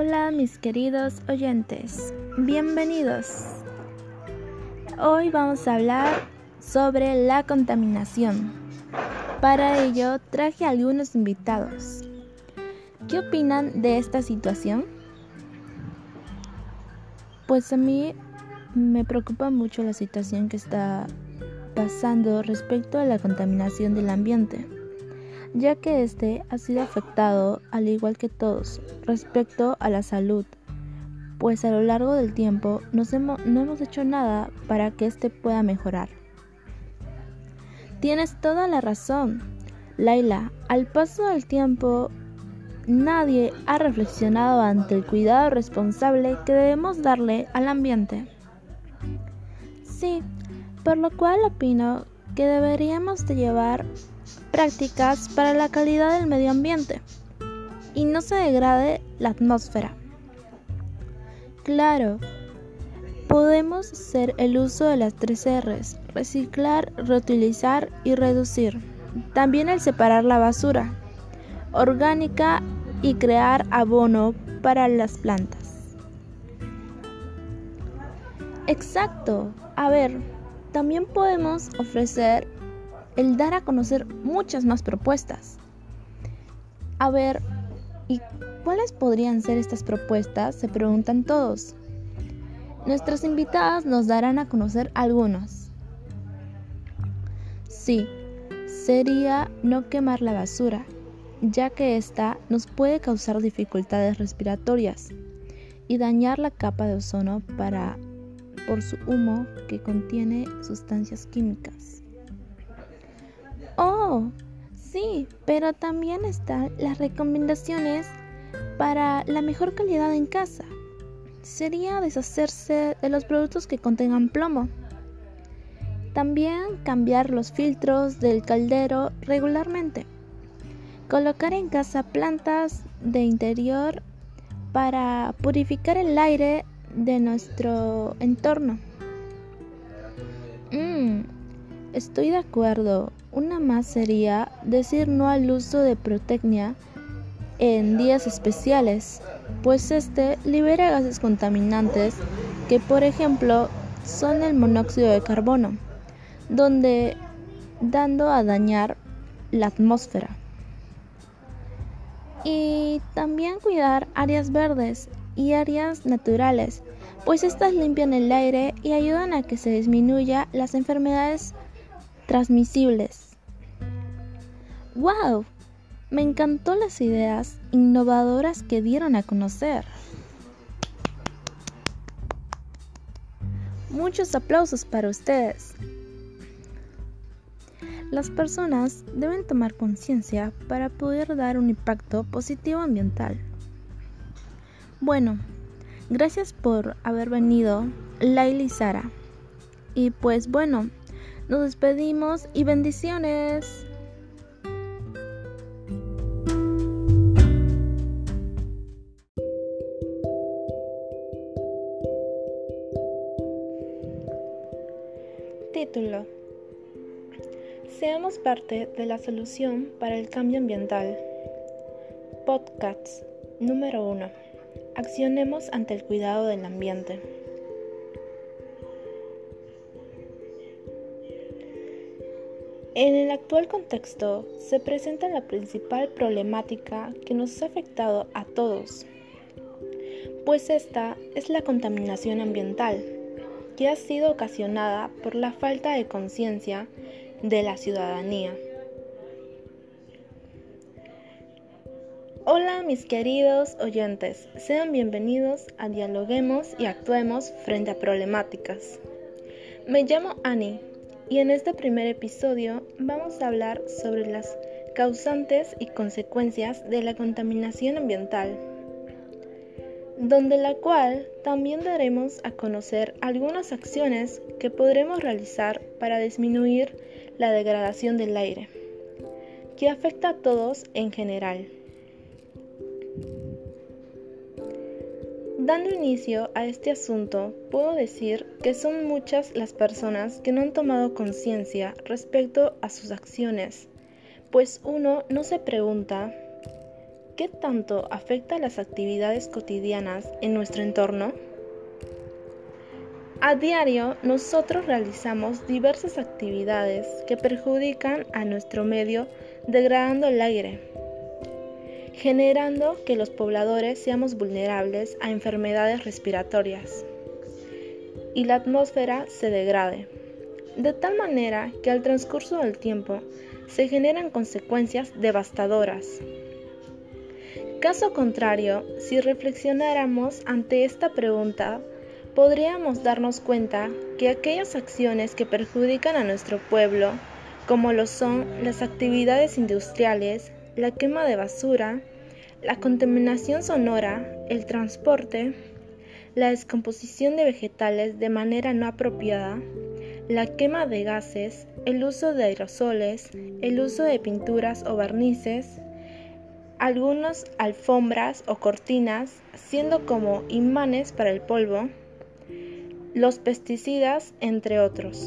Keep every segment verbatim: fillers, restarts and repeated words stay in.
Hola mis queridos oyentes, bienvenidos. Hoy vamos a hablar sobre la contaminación. Para ello traje a algunos invitados. ¿Qué opinan de esta situación? Pues a mí me preocupa mucho la situación que está pasando respecto a la contaminación del ambiente, ya que este ha sido afectado al igual que todos respecto a la salud, pues a lo largo del tiempo nos hemos, no hemos hecho nada para que este pueda mejorar. Tienes toda la razón, Laila. Al paso del tiempo, nadie ha reflexionado ante el cuidado responsable que debemos darle al ambiente. Sí, por lo cual opino que deberíamos de llevar prácticas para la calidad del medio ambiente y no se degrade la atmósfera. Claro, podemos hacer el uso de las tres erres: reciclar, reutilizar y reducir. También el separar la basura orgánica y crear abono para las plantas. Exacto. A ver, también podemos ofrecer el dar a conocer muchas más propuestas. A ver, ¿y cuáles podrían ser estas propuestas?, se preguntan todos. Nuestras invitadas nos darán a conocer algunos. Sí, sería no quemar la basura, ya que esta nos puede causar dificultades respiratorias y dañar la capa de ozono para, por su humo que contiene sustancias químicas. Oh, sí, pero también están las recomendaciones para la mejor calidad en casa. Sería deshacerse de los productos que contengan plomo. También cambiar los filtros del caldero regularmente. Colocar en casa plantas de interior para purificar el aire de nuestro entorno. Mm, estoy de acuerdo. Una más sería decir no al uso de pirotecnia en días especiales, pues este libera gases contaminantes que, por ejemplo, son el monóxido de carbono, donde dando a dañar la atmósfera. Y también cuidar áreas verdes y áreas naturales, pues estas limpian el aire y ayudan a que se disminuya las enfermedades transmisibles. ¡Wow! Me encantó las ideas innovadoras que dieron a conocer. Muchos aplausos para ustedes. Las personas deben tomar conciencia para poder dar un impacto positivo ambiental. Bueno, gracias por haber venido, Laila y Sara. Y pues bueno, nos despedimos y bendiciones. Título: Seamos parte de la solución para el cambio ambiental. Podcast número uno. Accionemos ante el cuidado del ambiente. En el actual contexto se presenta la principal problemática que nos ha afectado a todos, pues esta es la contaminación ambiental, que ha sido ocasionada por la falta de conciencia de la ciudadanía. Hola mis queridos oyentes, sean bienvenidos a Dialoguemos y Actuemos frente a problemáticas. Me llamo Annie y en este primer episodio vamos a hablar sobre las causantes y consecuencias de la contaminación ambiental, donde la cual también daremos a conocer algunas acciones que podremos realizar para disminuir la degradación del aire, que afecta a todos en general. Dando inicio a este asunto, puedo decir que son muchas las personas que no han tomado conciencia respecto a sus acciones, pues uno no se pregunta ¿qué tanto afecta las actividades cotidianas en nuestro entorno? A diario, nosotros realizamos diversas actividades que perjudican a nuestro medio, degradando el aire, generando que los pobladores seamos vulnerables a enfermedades respiratorias y la atmósfera se degrade, de tal manera que al transcurso del tiempo se generan consecuencias devastadoras. Caso contrario, si reflexionáramos ante esta pregunta, podríamos darnos cuenta que aquellas acciones que perjudican a nuestro pueblo, como lo son las actividades industriales, la quema de basura, la contaminación sonora, el transporte, la descomposición de vegetales de manera no apropiada, la quema de gases, el uso de aerosoles, el uso de pinturas o barnices, algunas alfombras o cortinas siendo como imanes para el polvo, los pesticidas, entre otros.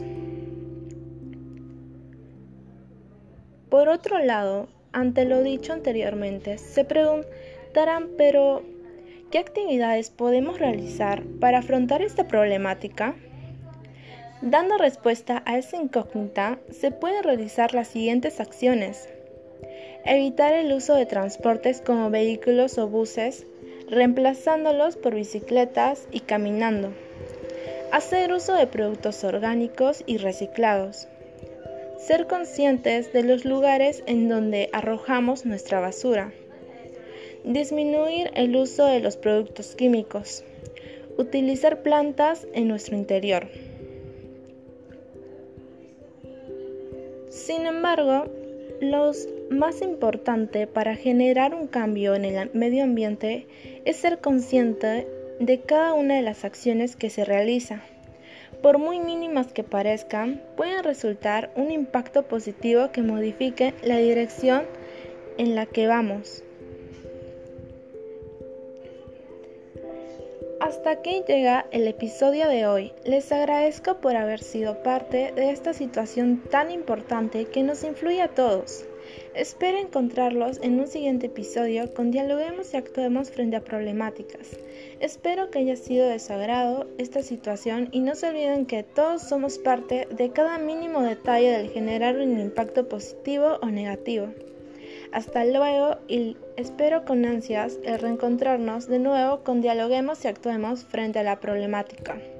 Por otro lado, ante lo dicho anteriormente, se preguntarán, pero ¿qué actividades podemos realizar para afrontar esta problemática? Dando respuesta a esa incógnita, se pueden realizar las siguientes acciones. Evitar el uso de transportes como vehículos o buses, reemplazándolos por bicicletas y caminando. Hacer uso de productos orgánicos y reciclados. Ser conscientes de los lugares en donde arrojamos nuestra basura. Disminuir el uso de los productos químicos. Utilizar plantas en nuestro interior. Sin embargo, lo más importante para generar un cambio en el medio ambiente es ser consciente de cada una de las acciones que se realiza. Por muy mínimas que parezcan, pueden resultar un impacto positivo que modifique la dirección en la que vamos. Hasta aquí llega el episodio de hoy. Les agradezco por haber sido parte de esta situación tan importante que nos influye a todos. Espero encontrarlos en un siguiente episodio con Dialoguemos y Actuemos frente a problemáticas. Espero que haya sido de su agrado esta situación y no se olviden que todos somos parte de cada mínimo detalle del generar un impacto positivo o negativo. Hasta luego y espero con ansias el reencontrarnos de nuevo con Dialoguemos y Actuemos frente a la problemática.